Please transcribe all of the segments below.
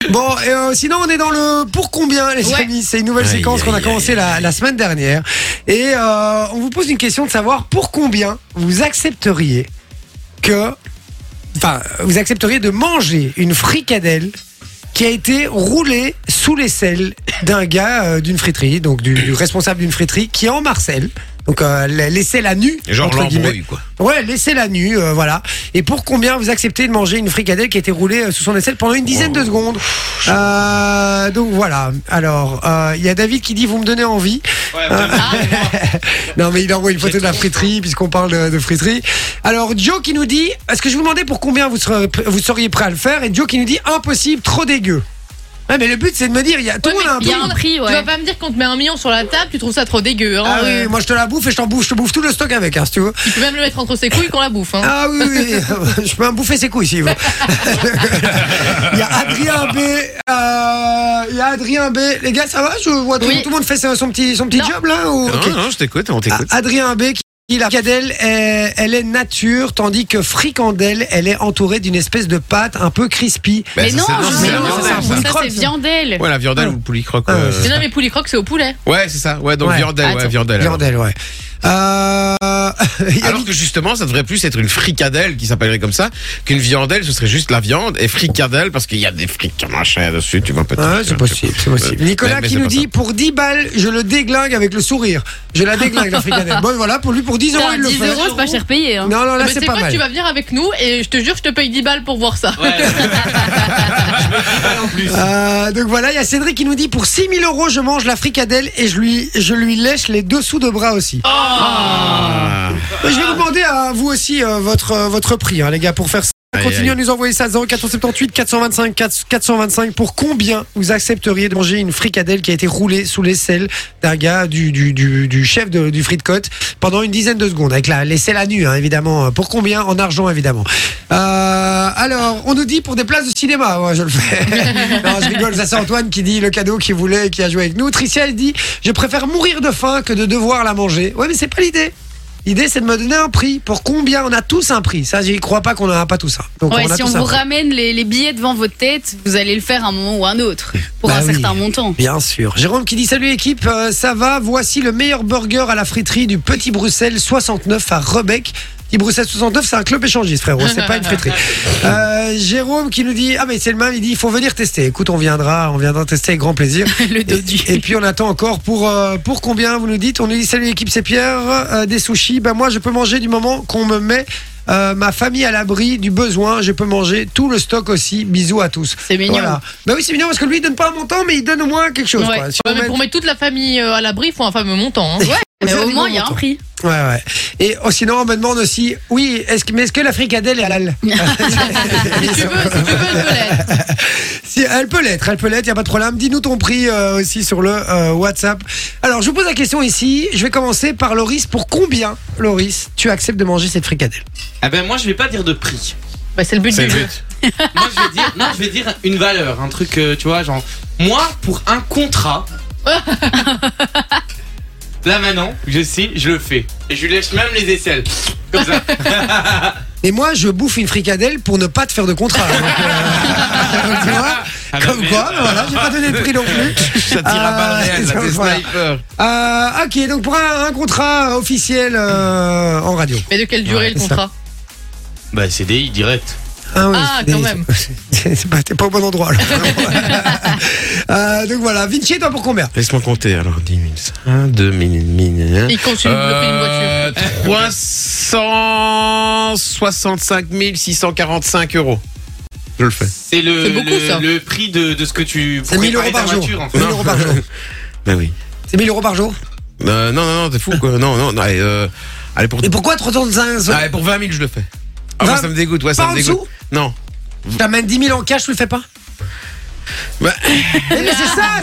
Bon, sinon on est dans le pour combien, les amis. C'est une nouvelle séquence qu'on a commencé la semaine dernière. Et on vous pose une question de savoir pour combien vous accepteriez de manger une fricadelle qui a été roulée sous l'aisselle d'un gars d'une friterie, donc du responsable d'une friterie qui est en Marseille. Donc laissez la nue, genre l'embrouille, quoi. Ouais, laissez la nue, voilà. Et pour combien vous acceptez de manger une fricadelle qui a été roulée sous son aisselle pendant une dizaine de secondes. Donc voilà. Alors, il y a David qui dit vous me donnez envie. Non mais il envoie une photo de la friterie puisqu'on parle de friterie. Alors Joe qui nous dit est-ce que je vous demandais pour combien vous seriez prêt à le faire, et Joe qui nous dit impossible, trop dégueu. Ouais, mais le but c'est de me dire, tout le monde a un prix. Il y a un prix, ouais. Tu vas pas me dire qu'on te met 1 million sur la table, tu trouves ça trop dégueu. Hein, ah oui, moi je te la bouffe et je te bouffe tout le stock avec, hein, si tu veux. Tu peux même le mettre entre ses couilles qu'on la bouffe. Hein. Ah oui, je peux même bouffer ses couilles s'il veut. Il y a Adrien B. Les gars, ça va? Je vois tout le monde fait son petit job là ou... Non, je t'écoute, on t'écoute. Adrien B. La fricadelle, elle est nature, tandis que fricandelle, elle est entourée d'une espèce de pâte un peu crispy. Mais non, ça c'est viandelle. Ouais, la viandelle ou poulicroque. Mais non, mais poulicroque c'est au poulet. Ouais, c'est ça. Ouais, donc viandelle, viandelle. Viandelle, ouais. Alors que justement, ça devrait plus être une fricadelle qui s'appellerait comme ça, qu'une viandelle, ce serait juste la viande, et fricadelle parce qu'il y a des fric machin dessus, tu vois peut-être. Ah, c'est possible. Nicolas qui nous dit pour 10 balles, je le déglingue avec le sourire. Je la déglingue la fricadelle. Bon voilà, pour lui pour 10 euros il le fait. 10 euros c'est pas cher payé. Hein. Non, là c'est pas mal. Tu vas venir avec nous et je te jure je te paye 10 balles pour voir ça. Ouais. En plus. Donc voilà, il y a Cédric qui nous dit pour 6 000 euros je mange la fricadelle et je lui lèche les dessous de bras aussi. Je vais vous demander à vous aussi votre prix, hein, les gars, pour faire ça. Continuez à nous envoyer ça à 0478 425 425. Pour combien vous accepteriez de manger une fricadelle qui a été roulée sous l'aisselle d'un gars du chef du frite-côte pendant une dizaine de secondes avec l'aisselle à nu, hein, évidemment. Pour combien? En argent, évidemment. Alors, on nous dit pour des places de cinéma. Moi, je le fais. Non, je rigole. Ça, c'est Antoine qui dit le cadeau qu'il voulait et qui a joué avec nous. Tricia, elle dit je préfère mourir de faim que de devoir la manger. Ouais, mais c'est pas l'idée. L'idée, c'est de me donner un prix. Pour combien? On a tous un prix. Ça, j'y crois pas qu'on n'en a pas tout ça. Donc, si on vous ramène les billets devant votre tête, vous allez le faire à un moment ou à un autre. Pour un certain montant. Bien sûr. Jérôme qui dit salut équipe, ça va. Voici le meilleur burger à la friterie du Petit Bruxelles 69 à Rebec. Petit Bruxelles 69, c'est un club échangiste, frérot. C'est pas une friterie. Jérôme qui nous dit mais c'est le même. Il dit il faut venir tester. Écoute, on viendra tester avec grand plaisir. Le dodu. Et puis on attend encore pour combien vous nous dites. On nous dit salut équipe, c'est Pierre. Des sushis. Moi je peux manger du moment qu'on me met ma famille à l'abri du besoin. Je peux manger tout le stock aussi. Bisous à tous. C'est mignon. Voilà. Oui, c'est mignon parce que lui il donne pas un montant, mais il donne au moins quelque chose. Ouais. Quoi. Si mais pour mettre toute la famille à l'abri, il faut un fameux montant. Hein. Ouais. Mais au moins il y a un prix. Ouais. Et sinon on me demande aussi est-ce que la fricadelle est halal? Si tu veux, elle peut l'être. Si, elle peut l'être, il n'y a pas de problème. Dis-nous ton prix aussi sur le WhatsApp. Alors je vous pose la question ici. Je vais commencer par Loris. Pour combien, Loris, tu acceptes de manger cette fricadelle? Moi je vais pas dire de prix. C'est le but du jeu. Moi je vais dire une valeur, un truc, tu vois, genre moi pour un contrat. Là maintenant, je signe, je le fais. Et je lui lèche même les aisselles. Comme ça. Et moi, je bouffe une fricadelle pour ne pas te faire de contrat. Donc, tu vois, comme quoi, voilà, j'ai pas donné de prix non plus. Ça tire à balles réelles, là, des snipers. Ok, donc pour un contrat officiel en radio. Mais de quelle durée le contrat? CDI direct. Quand même. T'es pas au bon endroit. Donc voilà, Vinci, toi pour combien? Laisse-moi compter alors. 10 000, 1, 2 000, 000. Il consume le prix d'une voiture. 365 645 euros. Je le fais. C'est le prix de ce que tu. C'est 1000 euros par jour. Voiture, en fait. 1000 euros par jour. Ben oui. C'est 1000 euros par jour? Non, t'es fou quoi. Non. Allez pour. Et pourquoi 365? Allez, pour 20 000, je le fais. Enfin, ça me dégoûte, ça me dégoûte. Non. T'amènes 10 000 en cash, tu le fais pas? Mais c'est ça.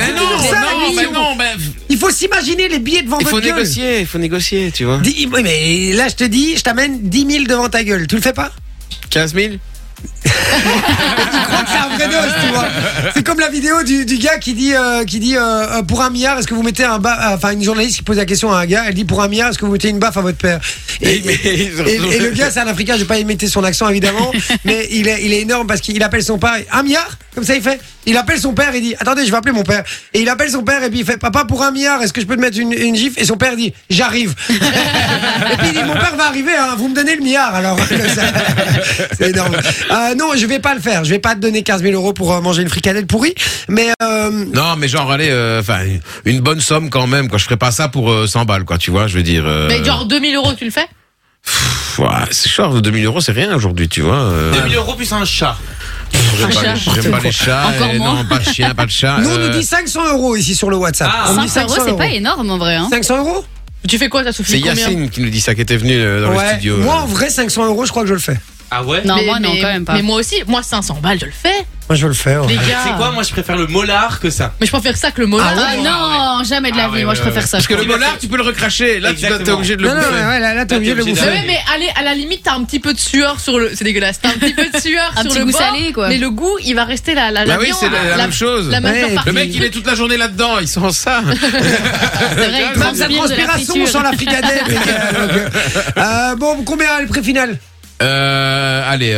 Il faut s'imaginer les billets devant votre gueule. Il faut négocier, tu vois. Oui, mais là, je te dis, je t'amène 10 000 devant ta gueule. Tu le fais pas? 15 000. Tu crois que c'est un vrai dos, tu vois. C'est comme la vidéo du gars qui dit pour 1 milliard, est-ce que vous mettez enfin une journaliste qui pose la question à un gars, elle dit pour 1 milliard, est-ce que vous mettez une baffe à votre père et le gars c'est un Africain, je vais pas imiter son accent évidemment, mais il est énorme parce qu'il appelle son père 1 milliard, comme ça il fait. Il appelle son père et dit attendez, je vais appeler mon père. Et il appelle son père et puis il fait papa pour 1 milliard, est-ce que je peux te mettre une gifle? Et son père dit j'arrive. Et puis il dit mon père va arriver, hein, vous me donnez le milliard alors. C'est énorme. Non, je vais pas le faire. Je vais pas te donner 15 000 euros pour manger une fricadelle pourrie. Mais non, mais genre allez, enfin une bonne somme quand même. Quoi, je ferais pas ça pour 100 balles, quoi. Tu vois, je veux dire. Mais genre 2000 euros, tu le fais? Ouais, c'est cher. 2000 euros, c'est rien aujourd'hui, tu vois. 2000 euros plus un chat. J'aime pas les chats. Encore moins. Non, pas de chien, pas de chat. nous on nous dit 500 euros ici sur le WhatsApp. Ah, On me dit 500 euros, c'est pas énorme en vrai. Hein. 500 euros. Tu fais quoi, ta Sophie? C'est Combien? Yacine qui nous dit ça, qui était venu dans le studio. Moi en vrai 500 euros, je crois que je le fais. Ah ouais? Non, moi non, quand même pas. Mais moi aussi, moi 500 balles, je le fais. Moi je le fais. Ouais. Les gars. C'est quoi? Moi, je préfère le molar que ça. Mais je préfère ça que le molar. Ah non, jamais de la Ah vie. ouais, Moi, je ouais, préfère ouais. ça. Parce que le je crois. molar, tu peux le recracher. Là, tu Exactement. t'es obligé de le Non, bouffer. là t'es obligé de le t'es bouffer. Ouais, mais allez, à la limite, t'as un petit peu de sueur sur le. C'est dégueulasse. T'as un petit peu de sueur Un sur petit le goût bord, salé, quoi. Mais le goût, il va rester la Bah oui, viande, c'est la même chose. La majeure Ouais, partie. Le mec, il est toute la journée là-dedans. Il sent ça. C'est vrai, il Même sa transpire de la transpiration friture. sans la fricadelle. les gars. Donc, bon, combien le prix final? Allez,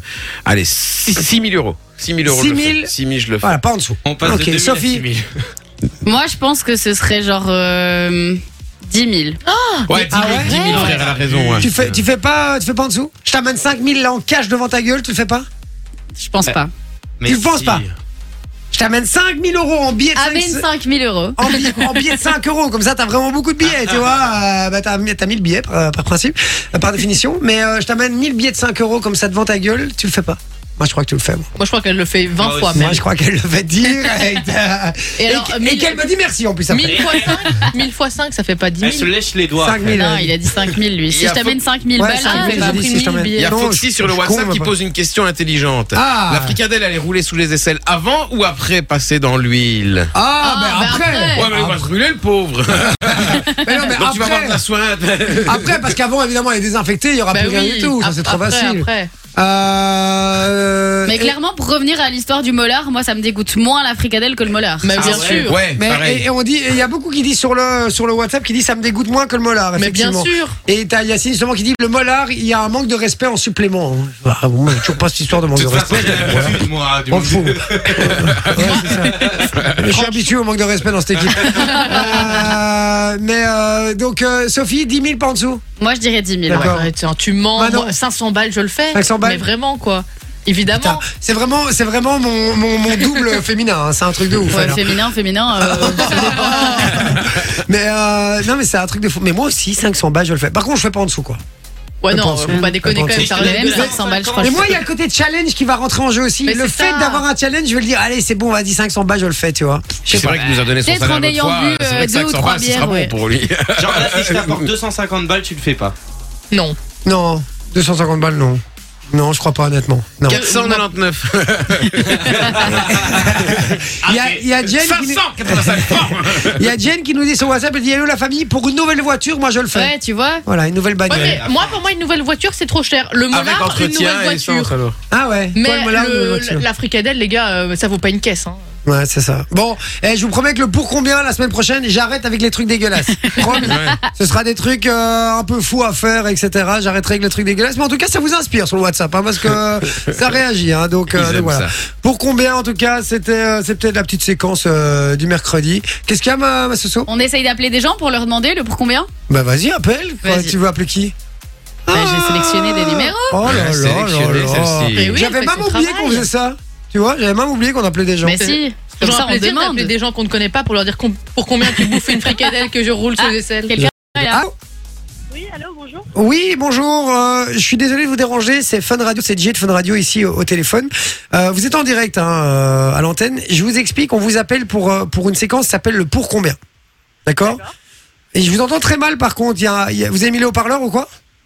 6 000 euros. 6 000 euros. 6 000? 6 000, je le fais. Voilà, pas en dessous. On passe Ok, de 2000 Sophie. à 6 000. Moi, je pense que ce serait genre 10 000. Ouais, 10 000, Ah ouais 10 000, frère, elle a raison. Ouais. Tu fais pas en dessous? Je t'amène 5 000 là en cash devant ta gueule, tu le fais pas? Je pense pas. Mais Tu le penses si. pas? Je t'amène 5 000 euros en billets de 5 Amène 5 000 euros. en billets de 5 euros, comme ça t'as vraiment beaucoup de billets, tu vois. Bah, t'as 1000 billets par principe, par définition, mais je t'amène 1000 billets de 5 euros comme ça devant ta gueule, tu le fais pas? Moi je crois que tu le fais. Moi, Moi, je crois qu'elle le fait 20 Moi fois aussi. même. je crois qu'elle le fait direct. Et alors, et qu'elle me dit merci en plus après. 1000 fois 5, 1000 fois 5, ça fait pas 10 Elle se 000. lèche les doigts. 5 000. Non, il a dit 5 000 lui. Si Il y je a t'amène 5 000 Ouais, balles, 5 000, j'ai j'ai pas dit pris si je t'amène. 1000 Il y a Non, Foxy sur le je suis WhatsApp con, qui moi. pose une question intelligente. Ah. La fricadelle, elle est roulée sous les aisselles avant ou après passer dans l'huile? Ah, Ah, ben ben après. après. Ouais, mais il va se brûler le pauvre. Mais non, mais Donc tu vas avoir de après, la soin. après, parce qu'avant évidemment elle est désinfectée, il y aura Bah plus rien oui, du tout, ça c'est trop après, facile. après. Mais clairement, pour revenir à l'histoire du molar, moi ça me dégoûte moins la fricadelle que le molar. Mais Ah bien ouais. sûr. Ouais, Mais pareil. et on dit, il y a beaucoup qui disent sur le WhatsApp qui dit ça me dégoûte moins que le molar. Mais bien effectivement. sûr. Et t'as Yacine justement qui dit le molar, il y a un manque de respect en supplément. Ah, bon, moi, j'ai toujours pas cette histoire de manque De de toute façon, respect. j'ai l'habitude, moi. On le fout. Ouais, c'est ça. Je suis habitué au manque de respect dans cette équipe. Donc Sophie, 10 000 pas en dessous. Moi je dirais 10 000. D'accord. Ouais, tiens, tu mens. Manon. Moi, 500 balles, je le fais. 500 balles. Mais vraiment, quoi. Putain, Évidemment. c'est vraiment mon double féminin. Hein. C'est un truc de ouf. Ouais, alors. féminin. Ça dépend. Mais non, mais c'est un truc de fou. Mais moi aussi, 500 balles, je le fais. Par contre, je fais pas en dessous, quoi. Ouais, non, pense. faut pas déconner quand même. pense. Ça Mais relève même de la- 500 balles, je crois. Et moi, il y a le côté challenge qui va rentrer en jeu aussi. Mais Le c'est fait ça. d'avoir un challenge, je vais le dire, allez, c'est bon, vas-y, 500 balles, je le fais, tu vois. C'est vrai qu'il nous a donné son Peut-être salaire en l'autre ayant fois. bu, C'est vrai que 2 ou 500 3 balles, ce sera bières, bon ouais. pour lui. Genre là, si je t'apporte 250 balles, tu le fais pas. Non. Non, 250 balles, non. Non, je crois pas, honnêtement. Non. 499. Il y a Jen qui nous- 585 francs. il y a Jen qui nous dit sur WhatsApp, elle dit, hello la famille, pour une nouvelle voiture, moi je le fais. Ouais, tu vois. Voilà, une nouvelle Ouais, bagnole. mais moi, pour moi, une nouvelle voiture, c'est trop cher. Le Avec molar, une entretien nouvelle et essence voiture. alors. Ah ouais, Mais Paul Mollard, une nouvelle voiture. la fricadelle, les gars, ça vaut pas une caisse. Hein. Ouais, c'est ça. Bon, je vous promets que le pour combien la semaine prochaine, j'arrête avec les trucs dégueulasses. Promis. Ce sera des trucs un peu fous à faire, etc. J'arrêterai avec les trucs dégueulasses. Mais en tout cas, ça vous inspire sur le WhatsApp, hein, parce que ça réagit. Hein, donc aiment voilà. ça. Pour combien, en tout cas, c'était la petite séquence du mercredi. Qu'est-ce qu'il y a, ma Soso? On essaye d'appeler des gens pour leur demander le pour combien. Bah vas-y, appelle. Vas-y. Tu veux appeler qui? Bah, j'ai sélectionné des numéros. Oh là là Sélectionné, là là. celle-ci. Mais oui, J'avais elle fait même son oublié travail. qu'on faisait ça. Tu vois, j'avais même oublié qu'on appelait des gens. Mais si. C'est Comme toujours ça, un on plaisir demande. d'appeler des gens qu'on ne connaît pas pour leur dire pour combien tu bouffes une fricadelle que je roule sous les aisselles. Quelqu'un Ah, Oui, allô, bonjour. oui, bonjour. Je suis désolé de vous déranger. C'est Fun Radio, c'est Jay de Fun Radio ici au téléphone. Vous êtes en direct à l'antenne. Je vous explique. On vous appelle pour une séquence qui s'appelle le pour combien. D'accord. Et je vous entends très mal par contre. Vous avez mis le haut-parleur ou quoi?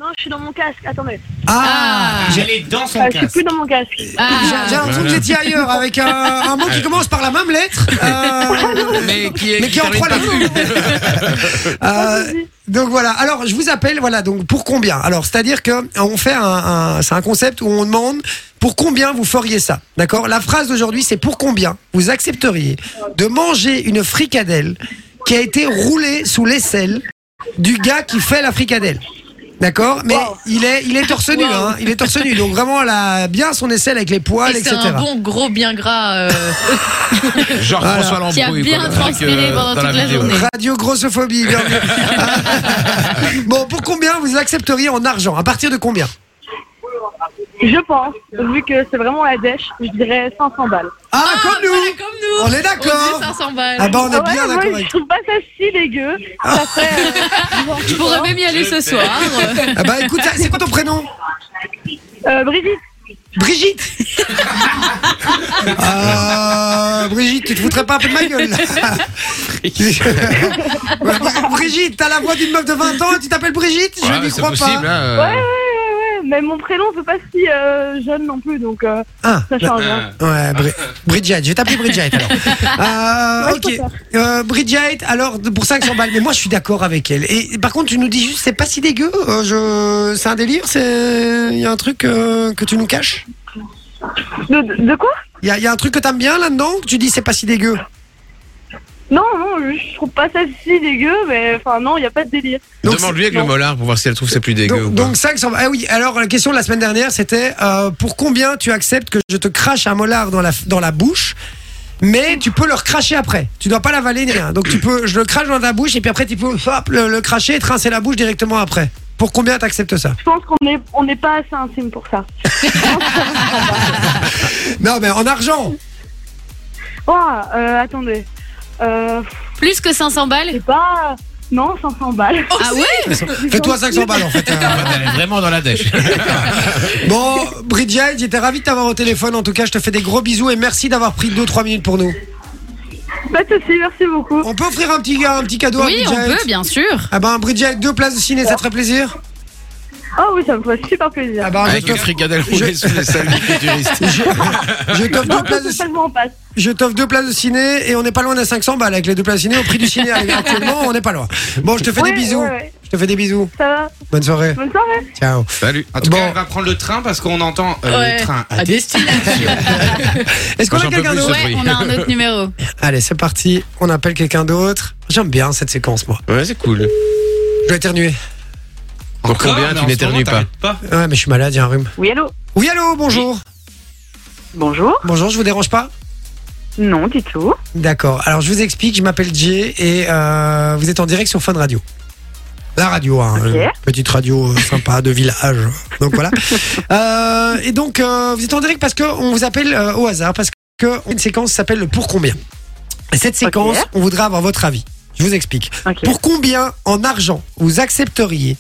Non, je suis dans mon casque. Attendez. Elle est dans son Je suis casque. plus dans mon casque. J'ai l'impression que vous étiez ailleurs avec un mot qui commence par la même lettre. Mais qui Mais qui en trois termine lettres. par Donc voilà. Alors je vous appelle. Voilà. Donc pour combien? Alors c'est-à-dire que on fait c'est un concept où on demande pour combien vous feriez ça. D'accord. La phrase d'aujourd'hui c'est pour combien vous accepteriez de manger une fricadelle qui a été roulée sous l'aisselle du gars qui fait la fricadelle. D'accord, mais il est torse nu, hein. Il est torse nu, donc vraiment elle a bien son aisselle avec les poils, Et c'est etc. un bon gros bien gras. Genre Voilà. François Lambrouille. Qui a bien quoi, transpiré avec, pendant dans toute la vidéo. journée. Radio grossophobie. Bienvenue. Bon, pour combien vous accepteriez en argent? À partir de combien? Je pense, vu que c'est vraiment la dèche, je dirais 500 balles. Ah, comme nous. voilà, comme nous. On est d'accord. On dit 500 balles. Ah bah on est Ouais, bien moi, d'accord je avec. trouve pas ça si dégueu. Ça fait. Je pourrais même y aller ce soir. Ah bah écoute, c'est quoi ton prénom? Brigitte, Brigitte. Brigitte, tu te foutrais pas un peu de ma gueule là. Ouais, Brigitte, t'as la voix d'une meuf de 20 ans et tu t'appelles Brigitte? Je Ouais, n'y c'est crois possible, pas. hein, ouais, mais mon prénom c'est pas si jeune non plus, donc Ah, ça change. Hein. ouais, Bridget, je vais t'appeler Bridget alors. Ouais, je Ok, préfère. Bridget, alors pour 500 balles, mais moi je suis d'accord avec elle. Et par contre, tu nous dis juste, c'est pas si dégueu. C'est un délire, il y a un truc que tu nous caches. De quoi? Il y a un truc que t'aimes bien là-dedans, que tu dis c'est pas si dégueu. Non, je trouve pas ça si dégueu, mais enfin non, y a pas de délire. Donc, Demande-lui avec le non. molar pour voir si elle trouve que c'est plus dégueu ou Donc, pas. donc 500. Ah oui, alors la question de la semaine dernière, c'était pour combien tu acceptes que je te crache un molar dans la bouche, mais tu peux le recracher après. Tu dois pas l'avaler ni rien. Donc je le crache dans ta bouche et puis après tu peux hop, le cracher et te rincer la bouche directement après. Pour combien t'acceptes ça? Je pense qu'on n'est pas assez intime pour ça. Non, mais en argent. Oh, attendez. Plus que 500 balles? C'est pas. Non, 500 balles. Ah ouais? Fais-toi 500 balles en fait. Elle est vraiment dans la dèche. Bon, Bridget, j'étais ravi de t'avoir au téléphone. En tout cas, je te fais des gros bisous et merci d'avoir pris 2-3 minutes pour nous. Pas de soucis, merci beaucoup. On peut offrir un petit cadeau Oui, à on Bridget. peut, bien sûr. Ah ben, Bridget, 2 places de ciné, ça te ferait plaisir? Oh oui, ça me ferait super plaisir. Ah ben, Avec une fricadelle roulée sous les selles du futuriste. je t'offre Non, 2 places de totalement en passe. Je t'offre 2 places de ciné et on n'est pas loin des 500 balles avec les 2 places de ciné au prix du ciné actuellement, on n'est pas loin. Bon, je te fais des Ouais, bisous. ouais. Je te fais des bisous. Ça va. Bonne soirée. Bonne soirée. Ciao. Salut. En tout Bon. cas, elle va prendre le train parce qu'on entend Ouais. le train À destination. Est-ce qu'on Moi, a j'en peux quelqu'un plus, d'autre? ce Ouais, bruit. on a un autre numéro. Allez, c'est parti. On appelle quelqu'un d'autre. J'aime bien cette séquence, moi. Ouais, c'est cool. Je vais éternuer. Pour combien mais tu en ce n'éternues moment, pas? t'arrêtes Ouais, mais je suis malade, j'ai un rhume. Oui, allô. Oui, allô, bonjour. Bonjour. Bonjour, je vous dérange pas? Non, du tout. D'accord. Alors, je vous explique, je m'appelle Jay et vous êtes en direct sur Fun Radio. La radio, hein, Ok. petite radio sympa de village. Donc voilà. Et donc, vous êtes en direct parce qu'on vous appelle au hasard, parce que une séquence s'appelle le pour combien. Et cette séquence, Ok. on voudrait avoir votre avis. Je vous explique. Ok. Pour combien en argent vous accepteriez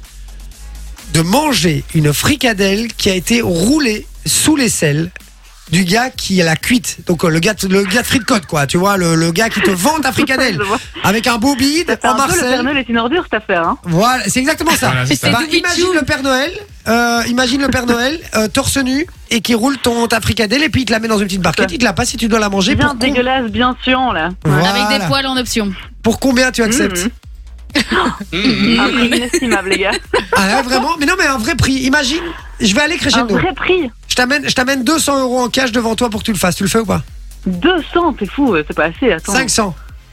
de manger une fricadelle qui a été roulée sous l'aisselle du gars qui l'a cuite? Donc le gars de frite côte, quoi. Tu vois, le gars qui te vend ta fricadelle Je vois. avec un beau bide C'est en un peu le Père Marcel. Noël est une ordure cette affaire. Hein. Voilà, c'est exactement ça. Voilà, c'est ça. Bah, C'est imagine Doobie-Doo. le Père Noël, torse nu et qui roule ta fricadelle et puis il te la met dans une petite barquette, il te la passe et tu dois la manger. Bien Pour dégueulasse, bien suant là. Voilà. Avec des poils en option. Pour combien tu acceptes? Un prix inestimable, les gars. Ah ouais, vraiment? Mais non, mais un vrai prix. Imagine, je vais aller Un crescendo. vrai prix. Je t'amène 200 € en cash devant toi pour que tu le fasses. Tu le fais ou pas? 200, t'es fou, c'est pas assez. Attends. 500.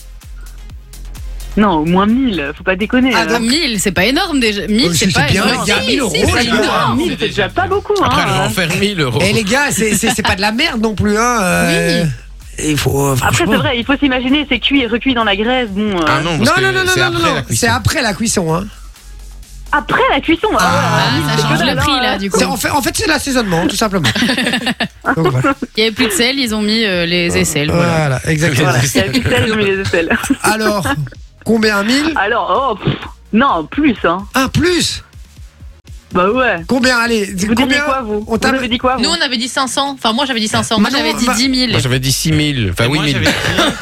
Non, au moins 1000, faut pas déconner. Ah, donc- 1000, c'est pas énorme déjà. 1000, Oh, c'est c'est pas bien, énorme. les gars, 1000 euros, c'est les gars. énorme. 1000, c'est déjà pas beaucoup. Après, elle va Hein. en faire 1000 euros. Eh les gars, c'est pas de la merde non plus, hein. Il faut. Après, franchement- c'est vrai, il faut s'imaginer, c'est cuit et recuit dans la graisse. Bon, Ah non, Non, parce non, que non, non, c'est non, après non, la cuisson. c'est après la cuisson, hein. Après la cuisson. Ah, Ah, ça change le prix là, du coup. En fait, c'est l'assaisonnement, tout simplement. Donc voilà. Il y avait plus de sel, ils ont mis les aisselles. Voilà. Voilà, exactement. Voilà, il y a plus de sel, ils ont mis les aisselles. Alors, combien? 1000? Alors, non, plus, hein. Un plus? Bah ouais. Combien? Allez, Vous combien? disiez quoi, vous On Vous t'a- avez dit quoi, vous Nous, on avait dit 500. Enfin, moi, j'avais dit 500. Moi, Manon, j'avais dit va- 10 000. Moi, j'avais dit 6000. Enfin, Et oui, moi, 1000. j'avais dit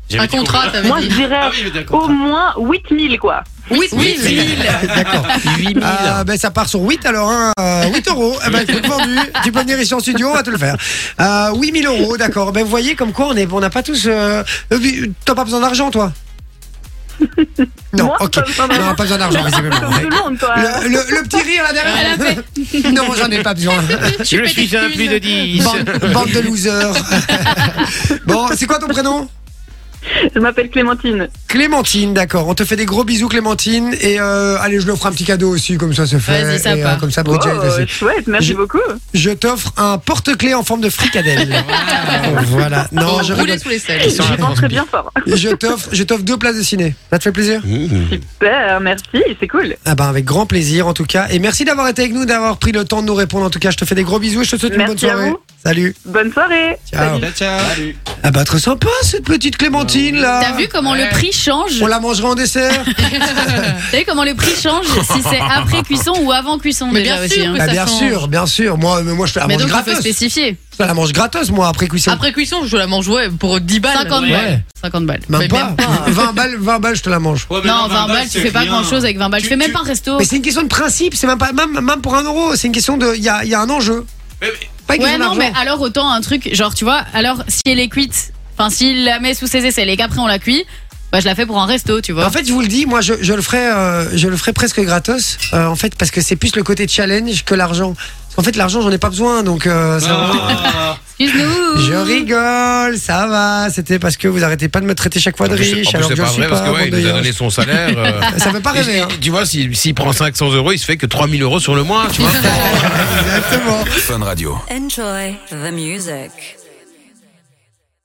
Un contrat, t'avais Moi, je dit. dirais Ah oui, je veux dire au contrat. moins 8000, quoi. 8 000. D'accord. 8 000. Ben, ça part sur 8 alors, hein, 8 euros. Eh ben, écoute, vendu. Tu peux venir ici en studio, on va te le faire. 8 000 euros, d'accord. Ben, vous voyez comme quoi on n'a pas tous. T'as pas besoin d'argent, toi? Non, Moi, ok. pas besoin d'argent. Non, pas besoin d'argent, visiblement. Comme tout le monde, quoi. Le petit rire là derrière. Non, j'en ai pas besoin. Je suis un plus de 10. Bande de losers. Bon, c'est quoi ton prénom? Je m'appelle Clémentine. Clémentine, d'accord. On te fait des gros bisous, Clémentine. Et allez, je lui offre un petit cadeau aussi, comme ça se fait. Vas-y, sympa. Et, comme ça, Bridget Oh, aussi. chouette, merci Je- beaucoup. Je t'offre un porte-clés en forme de fricadelle. Voilà. Non, je Rouler rigole. sous les selles. J'y pense très bien fort. Je t'offre 2 places de ciné. Ça te fait plaisir? Super, merci, c'est cool. Ah ben avec grand plaisir en tout cas. Et merci d'avoir été avec nous, d'avoir pris le temps de nous répondre. En tout cas, je te fais des gros bisous et je te souhaite une Merci bonne à soirée. vous. Salut. Bonne soirée. Ciao. Salut. Ciao. Ah bah très sympa cette petite Clémentine là. T'as vu comment le prix change? On la mangera en dessert. T'as vu comment le prix change si c'est après cuisson ou avant cuisson Mais déjà bien aussi, sûr hein. que Bah, ça bien change. sûr, bien sûr. Moi je fais la Mais mange donc il faut gratos. spécifier. Je la mange gratos moi après cuisson. Après cuisson, je la mange pour 10 balles. 50 Ouais. balles. 50 balles. Même mais pas. même pas. 20 balles, je te la mange. Ouais, mais Non, 20 balles, tu c'est fais pas rien. grand chose avec 20 balles. Je fais même pas un resto. Mais c'est une question de principe, c'est même pas même pour 1 euro, c'est une question de il y a un enjeu. Mais- Pas une Ouais, question non, d'argent. mais alors autant un truc, genre, tu vois, alors si elle est cuite, enfin, s'il la met sous ses aisselles et qu'après on la cuit, bah, je la fais pour un resto, tu vois. En fait, je vous le dis, moi, je le ferai presque gratos, en fait, parce que c'est plus le côté challenge que l'argent. Parce qu'en fait, l'argent, j'en ai pas besoin, donc Ah. Excuse-nous. je rigole, ça va. C'était parce que vous arrêtez pas de me traiter chaque fois de En plus, riche, c'est alors pas que je suis vrai, pas. parce que ouais, il bande de nous a yens. donné son salaire. Ça veut pas rêver, hein. Tu vois, s'il prend 500 euros, il se fait que 3000 euros sur le mois, tu vois. Exactement. Fun Radio. Enjoy the music.